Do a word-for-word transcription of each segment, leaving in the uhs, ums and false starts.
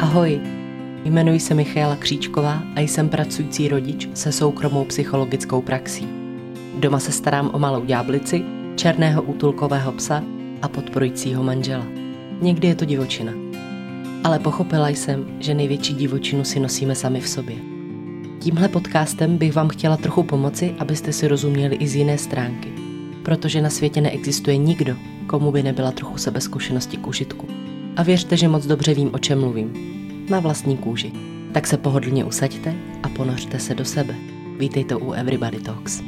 Ahoj, jmenuji se Michaela Kříčková a jsem pracující rodič se soukromou psychologickou praxí. Doma se starám o malou ďáblici, černého útulkového psa a podporujícího manžela. Někdy je to divočina. Ale pochopila jsem, že největší divočinu si nosíme sami v sobě. Tímhle podcastem bych vám chtěla trochu pomoci, abyste si rozuměli i z jiné stránky. Protože na světě neexistuje nikdo, komu by nebyla trochu sebezkušenosti k užitku. A věřte, že moc dobře vím, o čem mluvím. Na vlastní kůži. Tak se pohodlně usaďte a ponořte se do sebe. Vítejte u Everybody Talks.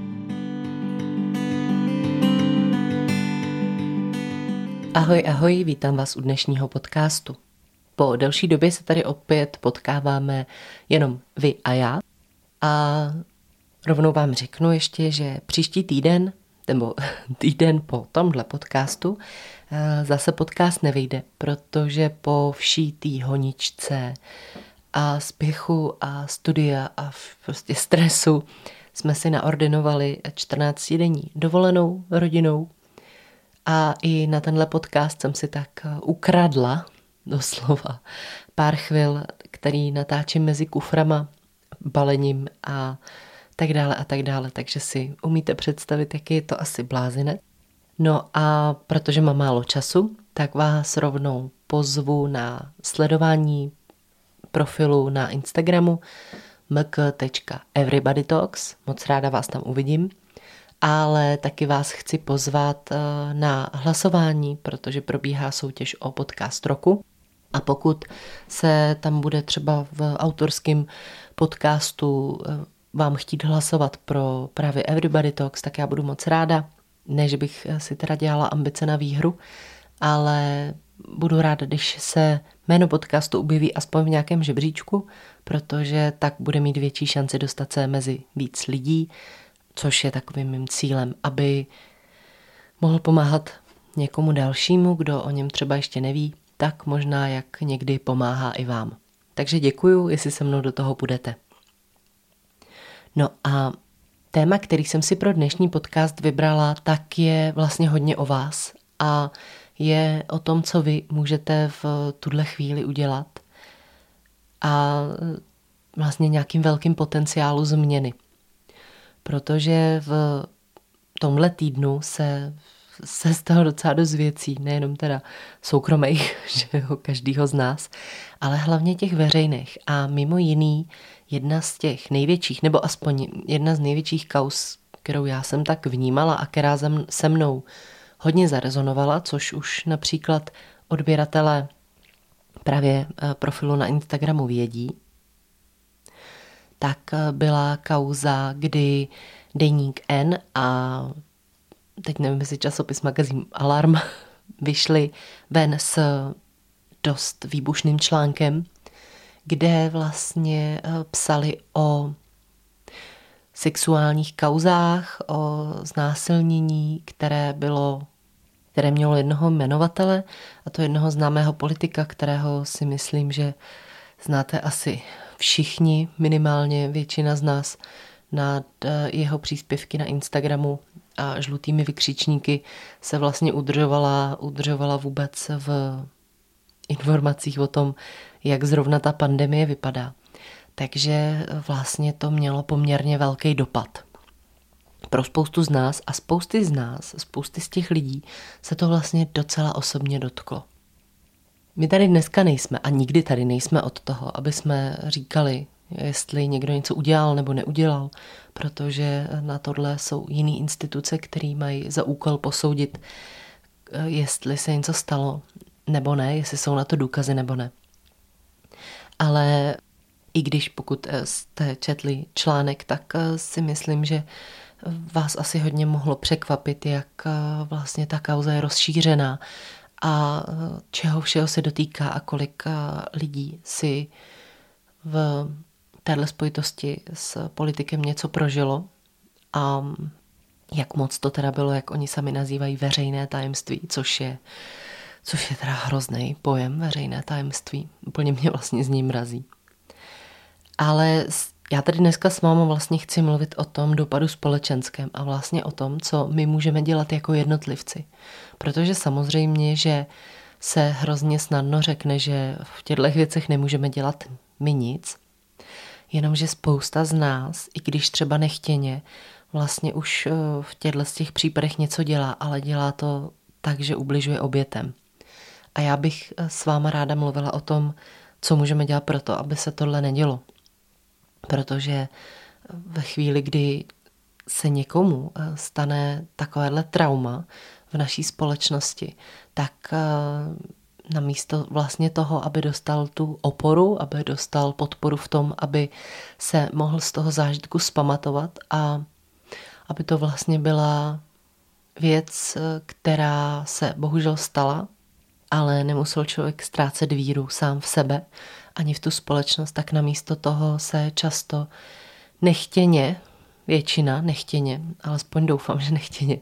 Ahoj, ahoj, vítám vás u dnešního podcastu. Po delší době se tady opět potkáváme jenom vy a já. A rovnou vám řeknu ještě, že příští týden, nebo týden po tomhle podcastu, zase podcast nevyjde, protože po vší té honičce a spěchu a studia a prostě stresu jsme si naordinovali čtrnáctidenní dovolenou rodinou a i na tenhle podcast jsem si tak ukradla doslova pár chvil, který natáčím mezi kuframa, balením a tak dále a tak dále, takže si umíte představit, jaký je to asi blázinec. No a protože mám málo času, tak vás rovnou pozvu na sledování profilu na Instagramu m k tečka everybody talks, moc ráda vás tam uvidím, ale taky vás chci pozvat na hlasování, protože probíhá soutěž o podcast roku. A pokud se tam bude třeba v autorském podcastu vám chtít hlasovat pro právě Everybody Talks, tak já budu moc ráda. Ne, že bych si teda dělala ambice na výhru, ale budu ráda, když se jméno podcastu objeví aspoň v nějakém žebříčku, protože tak bude mít větší šanci dostat se mezi víc lidí, což je takovým mým cílem, aby mohl pomáhat někomu dalšímu, kdo o něm třeba ještě neví, tak možná jak někdy pomáhá i vám. Takže děkuju, jestli se mnou do toho půjdete. No a téma, který jsem si pro dnešní podcast vybrala, tak je vlastně hodně o vás a je o tom, co vy můžete v tuhle chvíli udělat a vlastně nějakým velkým potenciálu změny. Protože v tomhle týdnu se, se stalo docela dost věcí, nejenom teda soukromých, že jo, každýho z nás, ale hlavně těch veřejných a mimo jiný jedna z těch největších, nebo aspoň jedna z největších kauz, kterou já jsem tak vnímala a která se mnou hodně zarezonovala, což už například odběratelé právě profilu na Instagramu vědí, tak byla kauza, kdy deník N a teď nevím, jestli časopis magazín Alarm vyšli ven s dost výbušným článkem, kde vlastně psali o sexuálních kauzách, o znásilnění, které bylo, které mělo jednoho jmenovatele, a to jednoho známého politika, kterého si myslím, že znáte asi všichni, minimálně většina z nás, na jeho příspěvky na Instagramu a žlutými vykřičníky se vlastně udržovala, udržovala vůbec v informacích o tom, jak zrovna ta pandemie vypadá. Takže vlastně to mělo poměrně velký dopad. Pro spoustu z nás a spousty z nás, spousty z těch lidí se to vlastně docela osobně dotklo. My tady dneska nejsme a nikdy tady nejsme od toho, aby jsme říkali, jestli někdo něco udělal nebo neudělal, protože na tohle jsou jiné instituce, které mají za úkol posoudit, jestli se něco stalo nebo ne, jestli jsou na to důkazy nebo ne. Ale i když pokud jste četli článek, tak si myslím, že vás asi hodně mohlo překvapit, jak vlastně ta kauza je rozšířená a čeho všeho se dotýká a kolik lidí si v téhle spojitosti s politikem něco prožilo a jak moc to teda bylo, jak oni sami nazývají veřejné tajemství, což je, což je teda hrozný pojem, veřejné tajemství. Úplně mě vlastně z ní mrazí. Ale já tady dneska s vámi vlastně chci mluvit o tom dopadu společenském a vlastně o tom, co my můžeme dělat jako jednotlivci. Protože samozřejmě, že se hrozně snadno řekne, že v těchto věcech nemůžeme dělat my nic, jenomže spousta z nás, i když třeba nechtěně, vlastně už v těchto těch případech něco dělá, ale dělá to tak, že ubližuje obětem. A já bych s váma ráda mluvila o tom, co můžeme dělat pro to, aby se tohle nedělo. Protože ve chvíli, kdy se někomu stane takovéhle trauma v naší společnosti, tak namísto vlastně toho, aby dostal tu oporu, aby dostal podporu v tom, aby se mohl z toho zážitku zpamatovat a aby to vlastně byla věc, která se bohužel stala, ale nemusel člověk ztrácet víru sám v sebe ani v tu společnost, tak namísto toho se často nechtěně, většina nechtěně, alespoň doufám, že nechtěně,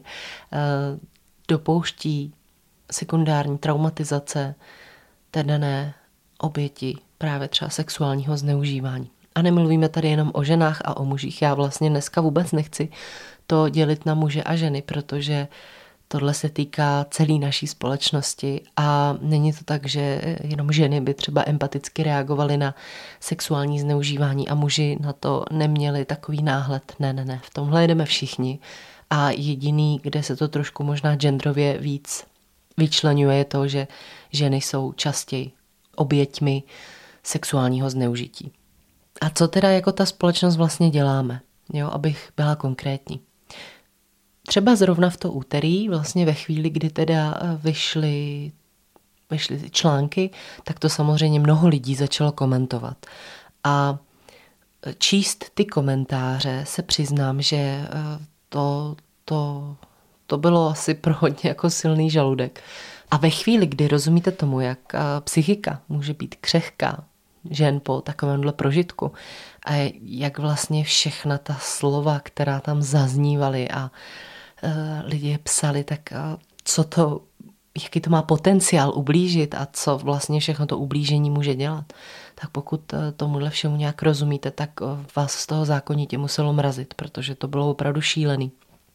dopouští sekundární traumatizace té dané oběti právě třeba sexuálního zneužívání. A nemluvíme tady jenom o ženách a o mužích. Já vlastně dneska vůbec nechci to dělit na muže a ženy, protože tohle se týká celé naší společnosti a není to tak, že jenom ženy by třeba empaticky reagovaly na sexuální zneužívání a muži na to neměli takový náhled. Ne, ne, ne, v tomhle jdeme všichni a jediný, kde se to trošku možná genderově víc vyčleňuje, je to, že ženy jsou častěji oběťmi sexuálního zneužití. A co teda jako ta společnost vlastně děláme, jo, abych byla konkrétní. Třeba zrovna v to úterý, vlastně ve chvíli, kdy teda vyšly, vyšly ty články, tak to samozřejmě mnoho lidí začalo komentovat. A číst ty komentáře se přiznám, že to, to, to bylo asi pro hodně jako silný žaludek. A ve chvíli, kdy rozumíte tomu, jak psychika může být křehká žen po takovémhle prožitku a jak vlastně všechna ta slova, která tam zaznívaly a lidi psali, tak co to, jaký to má potenciál ublížit a co vlastně všechno to ublížení může dělat. Tak pokud tomuhle všemu nějak rozumíte, tak vás z toho zákonitě muselo mrazit, protože to bylo opravdu šílený.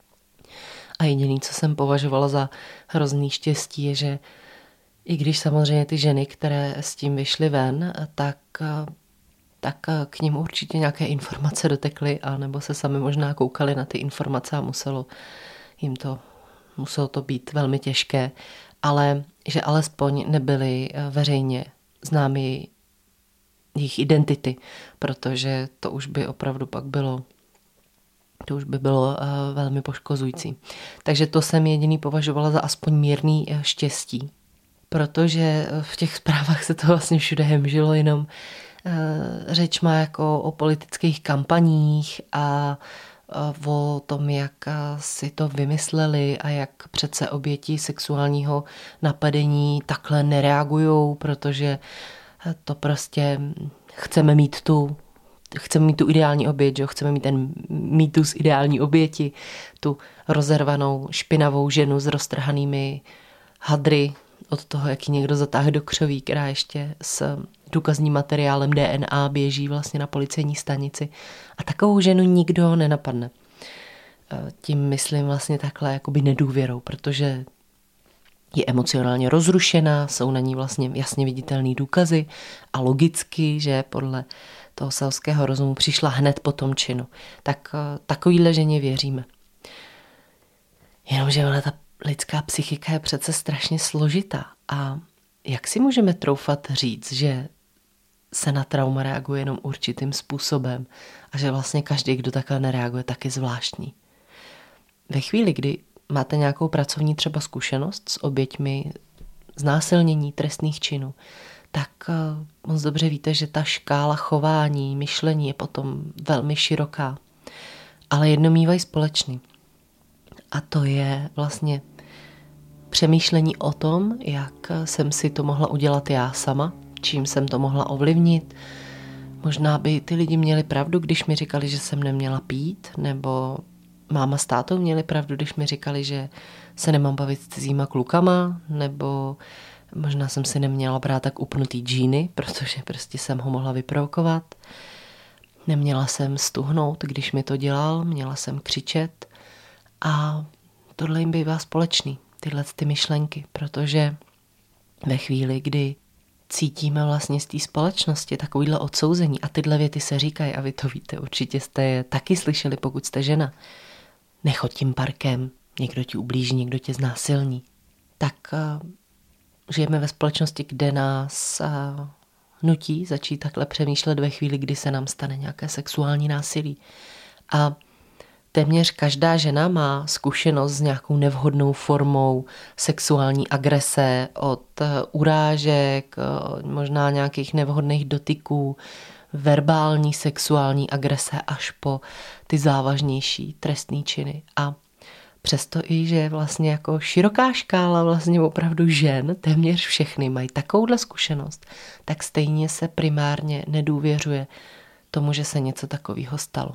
A jediný, co jsem považovala za hrozný štěstí, je, že i když samozřejmě ty ženy, které s tím vyšly ven, tak, tak k nim určitě nějaké informace dotekly, a nebo se sami možná koukali na ty informace a muselo jim to, muselo to být velmi těžké, ale že alespoň nebyly veřejně známy jejich identity, protože to už by opravdu pak bylo to už by bylo uh, velmi poškozující. Takže to jsem jediný považovala za aspoň mírný uh, štěstí, protože v těch zprávách se to vlastně všude hemžilo, jenom uh, řeč má jako o politických kampaních a uh, o tom, jak uh, si to vymysleli a jak přece oběti sexuálního napadení takhle nereagujou, protože uh, to prostě chceme mít tu Chceme mít tu ideální oběť, že? Chceme mít ten mýtus ideální oběti, tu rozervanou, špinavou ženu s roztrhanými hadry od toho, jak ji někdo zatáhne do křoví, která ještě s důkazním materiálem D N A běží vlastně na policejní stanici. A takovou ženu nikdo nenapadne. Tím myslím vlastně takhle jakoby nedůvěrou, protože je emocionálně rozrušená, jsou na ní vlastně jasně viditelný důkazy a logicky, že podle toho selského rozumu přišla hned po tom činu. Tak takovýhle ženě věříme. Jenomže ona, ta lidská psychika je přece strašně složitá. A jak si můžeme troufat říct, že se na trauma reaguje jenom určitým způsobem a že vlastně každý, kdo takhle nereaguje, tak je zvláštní. Ve chvíli, kdy máte nějakou pracovní třeba zkušenost s oběťmi znásilnění, trestných činů, tak moc dobře víte, že ta škála chování, myšlení je potom velmi široká. Ale jedno mívají společný. A to je vlastně přemýšlení o tom, jak jsem si to mohla udělat já sama, čím jsem to mohla ovlivnit. Možná by ty lidi měli pravdu, když mi říkali, že jsem neměla pít, nebo máma s tátou měli pravdu, když mi říkali, že se nemám bavit s cizíma klukama, nebo možná jsem si neměla brát tak upnutý džíny, protože prostě jsem ho mohla vyprovokovat. Neměla jsem stuhnout, když mi to dělal, měla jsem křičet. A tohle jim bývá společný, tyhle ty myšlenky, protože ve chvíli, kdy cítíme vlastně z té společnosti takovýhle odsouzení a tyhle věty se říkají, a vy to víte, určitě jste je taky slyšeli, pokud jste žena. Nechoď tím parkem, někdo ti ublíží, někdo tě znásilní. Tak uh, žijeme ve společnosti, kde nás uh, nutí začít takhle přemýšlet ve chvíli, kdy se nám stane nějaké sexuální násilí. A téměř každá žena má zkušenost s nějakou nevhodnou formou sexuální agrese, od urážek, možná nějakých nevhodných dotyků, verbální sexuální agrese až po ty závažnější trestné činy. A přesto i, že vlastně jako široká škála vlastně opravdu žen, téměř všechny mají takovouhle zkušenost, tak stejně se primárně nedůvěřuje tomu, že se něco takového stalo.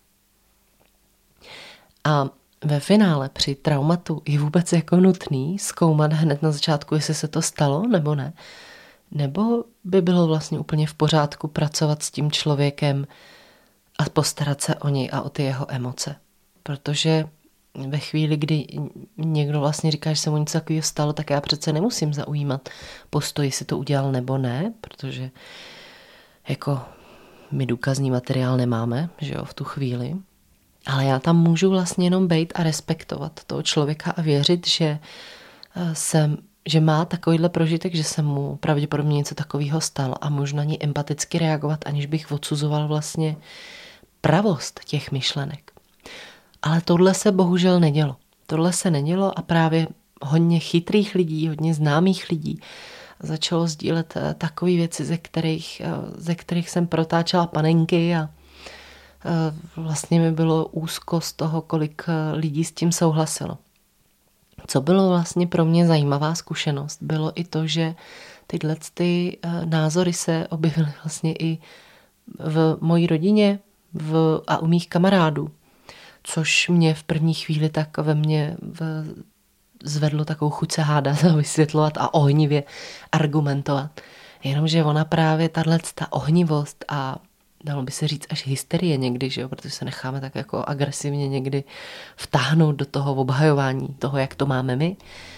A ve finále při traumatu je vůbec jako nutný zkoumat hned na začátku, jestli se to stalo nebo ne. Nebo by bylo vlastně úplně v pořádku pracovat s tím člověkem a postarat se o něj a o ty jeho emoce. Protože ve chvíli, kdy někdo vlastně říká, že se mu něco takového stalo, tak já přece nemusím zaujímat postoj, jestli to udělal nebo ne, protože jako my důkazní materiál nemáme, že jo, v tu chvíli. Ale já tam můžu vlastně jenom bejt a respektovat toho člověka a věřit, že, jsem, že má takovýhle prožitek, že se mu pravděpodobně něco takového stalo a můžu na něj empaticky reagovat, aniž bych odsuzoval vlastně pravost těch myšlenek. Ale tohle se bohužel nedělo. Tohle se nedělo a právě hodně chytrých lidí, hodně známých lidí začalo sdílet takové věci, ze kterých, ze kterých jsem protáčela panenky a vlastně mi bylo úzko z toho, kolik lidí s tím souhlasilo. Co bylo vlastně pro mě zajímavá zkušenost, bylo i to, že tyhle ty názory se objevily vlastně i v mojí rodině v, a u mých kamarádů, což mě v první chvíli tak ve mně v, zvedlo takovou chuť se hádat a vysvětlovat a ohnivě argumentovat. Jenomže ona právě tahle ta ohnivost a dalo by se říct až hysterie někdy, že jo? Protože se necháme tak jako agresivně někdy vtáhnout do toho obhajování toho, jak to máme my,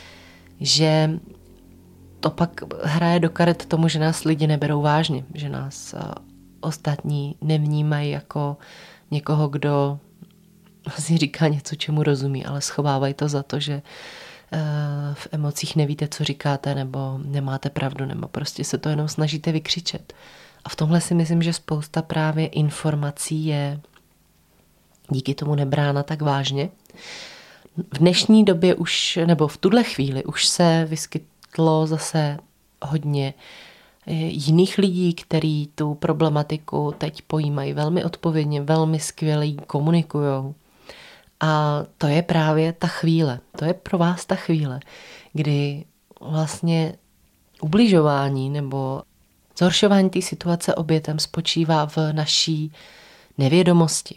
že to pak hraje do karet tomu, že nás lidi neberou vážně, že nás ostatní nevnímají jako někoho, kdo vlastně říká něco, čemu rozumí, ale schovávají to za to, že v emocích nevíte, co říkáte, nebo nemáte pravdu, nebo prostě se to jenom snažíte vykřičet. A v tomhle si myslím, že spousta právě informací je díky tomu nebrána tak vážně. V dnešní době už, nebo v tuhle chvíli už se vyskytlo zase hodně jiných lidí, kteří tu problematiku teď pojímají velmi odpovědně, velmi skvěle komunikujou. A to je právě ta chvíle, to je pro vás ta chvíle, kdy vlastně ubližování nebo zhoršování té situace obětem spočívá v naší nevědomosti.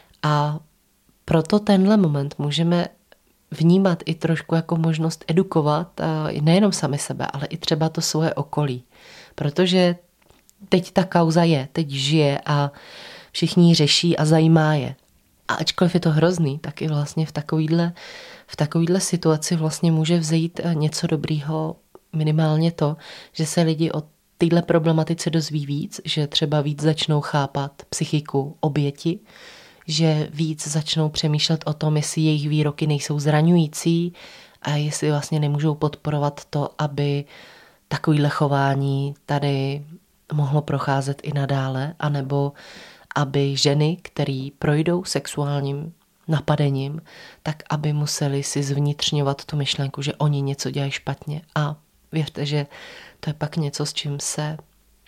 A proto tenhle moment můžeme vnímat i trošku jako možnost edukovat nejenom sami sebe, ale i třeba to svoje okolí. Protože teď ta kauza je, teď žije a všichni ji řeší a zajímá je. A ačkoliv je to hrozný, tak i vlastně v takovýhle, v takovýhle situaci vlastně může vzejít něco dobrýho, minimálně to, že se lidi o téhle problematice dozví víc, že třeba víc začnou chápat psychiku oběti, že víc začnou přemýšlet o tom, jestli jejich výroky nejsou zraňující a jestli vlastně nemůžou podporovat to, aby takovýhle chování tady mohlo procházet i nadále, anebo aby ženy, které projdou sexuálním napadením, tak aby museli si zvnitřňovat tu myšlenku, že oni něco dělají špatně. A věřte, že to je pak něco, s čím se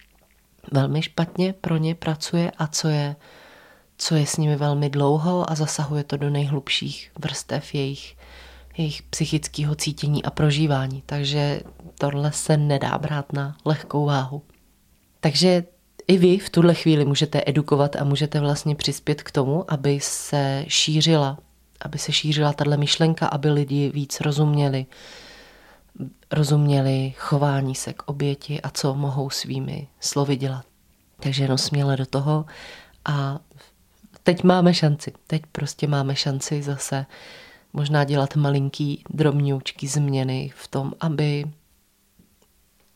velmi špatně pro ně pracuje a co je, co je s nimi velmi dlouho a zasahuje to do nejhlubších vrstev jejich, jejich psychického cítění a prožívání. Takže tohle se nedá brát na lehkou váhu. Takže i vy v tuhle chvíli můžete edukovat a můžete vlastně přispět k tomu, aby se šířila, aby se šířila tahle myšlenka, aby lidi víc rozuměli, rozuměli chování se k oběti a co mohou svými slovy dělat. Takže jenom směle do toho a teď máme šanci, teď prostě máme šanci zase možná dělat malinký, drobňoučký změny v tom, aby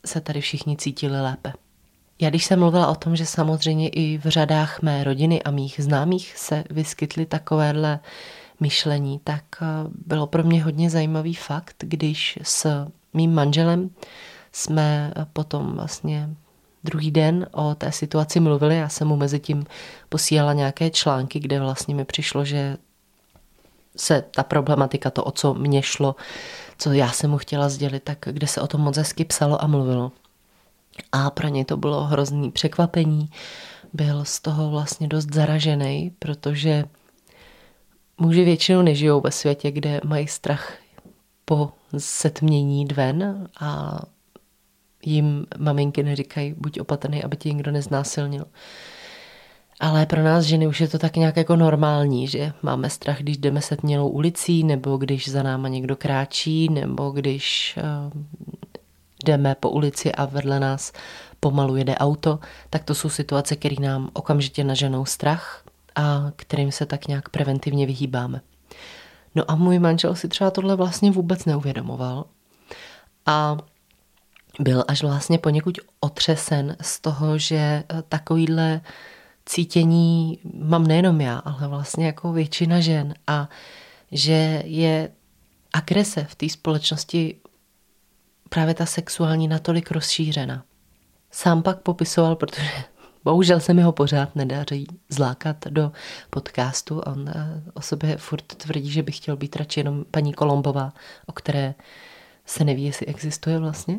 se tady všichni cítili lépe. Já když jsem mluvila o tom, že samozřejmě i v řadách mé rodiny a mých známých se vyskytly takovéhle myšlení, tak bylo pro mě hodně zajímavý fakt, když s mým manželem jsme potom vlastně druhý den o té situaci mluvili. Já jsem mu mezi tím posílala nějaké články, kde vlastně mi přišlo, že se ta problematika, to, o co mě šlo, co já jsem mu chtěla sdělit, tak kde se o tom moc hezky psalo a mluvilo. A pro něj to bylo hrozný překvapení. Byl z toho vlastně dost zaražený, protože muži většinou nežijou ve světě, kde mají strach po setmění dven a jim maminky neříkají, buď opatrný, aby tě někdo neznásilnil. Ale pro nás ženy už je to tak nějak jako normální, že máme strach, když jdeme setmělou ulicí, nebo když za náma někdo kráčí, nebo když uh, jdeme po ulici a vedle nás pomalu jede auto, tak to jsou situace, které nám okamžitě naženou strach a kterým se tak nějak preventivně vyhýbáme. No a můj manžel si třeba tohle vlastně vůbec neuvědomoval a byl až vlastně poněkud otřesen z toho, že takovýhle cítění mám nejenom já, ale vlastně jako většina žen a že je agrese v té společnosti právě ta sexuální natolik rozšířena. Sám pak popisoval, protože bohužel se mi ho pořád nedaří zlákat do podcastu. On o sobě furt tvrdí, že by chtěl být radši jenom paní Kolombová, o které se neví, jestli existuje vlastně.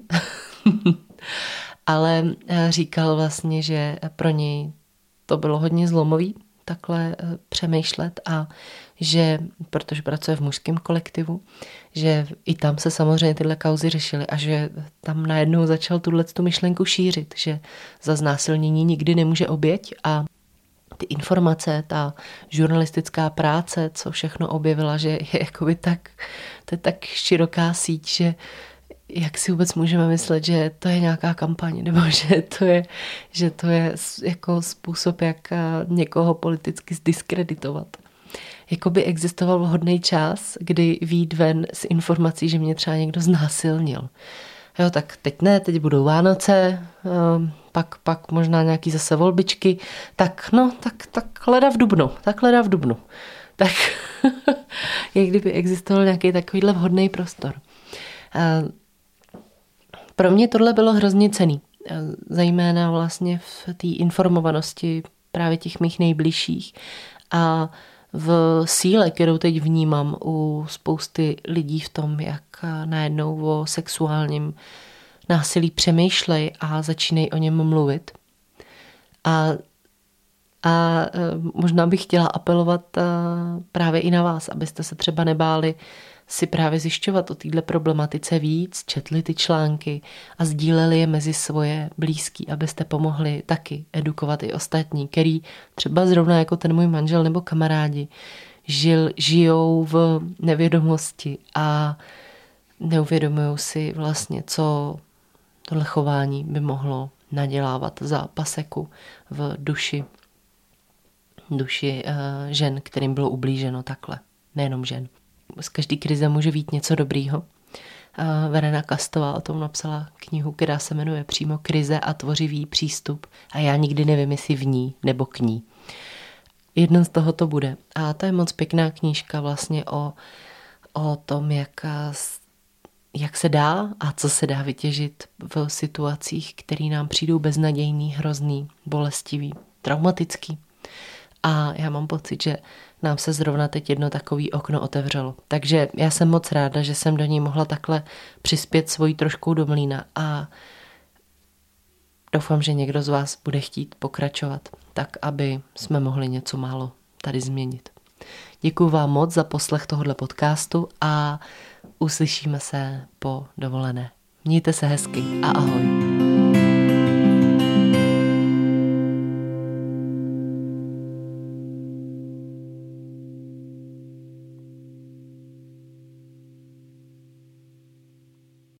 Ale říkal vlastně, že pro něj to bylo hodně zlomový takhle přemýšlet a že, protože pracuje v mužském kolektivu, že i tam se samozřejmě tyhle kauzy řešily a že tam najednou začal tuhletu myšlenku šířit, že za znásilnění nikdy nemůže oběť a ty informace, ta žurnalistická práce, co všechno objevila, že je jakoby tak, to je tak široká síť, že jak si vůbec můžeme myslet, že to je nějaká kampaň, nebo že to je, že to je jako způsob, jak někoho politicky zdiskreditovat. Jakoby existoval vhodný čas, kdy vyjít ven s informací, že mě třeba někdo znásilnil. Jo, tak teď ne, teď budou Vánoce, pak, pak možná nějaký zase volbičky, tak no, tak, tak leda v dubnu, tak leda v dubnu. Tak jak kdyby existoval nějaký takovýhle vhodný prostor. Pro mě tohle bylo hrozně cenný, zejména vlastně v té informovanosti právě těch mých nejbližších a v síle, kterou teď vnímám u spousty lidí v tom, jak najednou o sexuálním násilí přemýšlej a začínají o něm mluvit. A, a možná bych chtěla apelovat právě i na vás, abyste se třeba nebáli si právě zjišťovat o této problematice víc, četli ty články a sdíleli je mezi svoje blízký, abyste pomohli taky edukovat i ostatní, který třeba zrovna jako ten můj manžel nebo kamarádi žil, žijou v nevědomosti a neuvědomují si vlastně, co tohle chování by mohlo nadělávat za paseku v duši, duši uh, žen, kterým bylo ublíženo takhle, nejenom žen. Z každé krize může být něco dobrýho. Verena Kastová o tom napsala knihu, která se jmenuje přímo Krize a tvořivý přístup a já nikdy nevím, jestli v ní nebo k ní. Jedno z toho to bude. A to je moc pěkná knížka vlastně o, o tom, jak, jak se dá a co se dá vytěžit v situacích, které nám přijdou beznadějný, hrozný, bolestivý, traumatický. A já mám pocit, že nám se zrovna teď jedno takový okno otevřelo. Takže já jsem moc ráda, že jsem do něj mohla takhle přispět svojí troškou do mlýna a doufám, že někdo z vás bude chtít pokračovat, tak aby jsme mohli něco málo tady změnit. Děkuji vám moc za poslech tohohle podcastu a uslyšíme se po dovolené. Mějte se hezky a ahoj.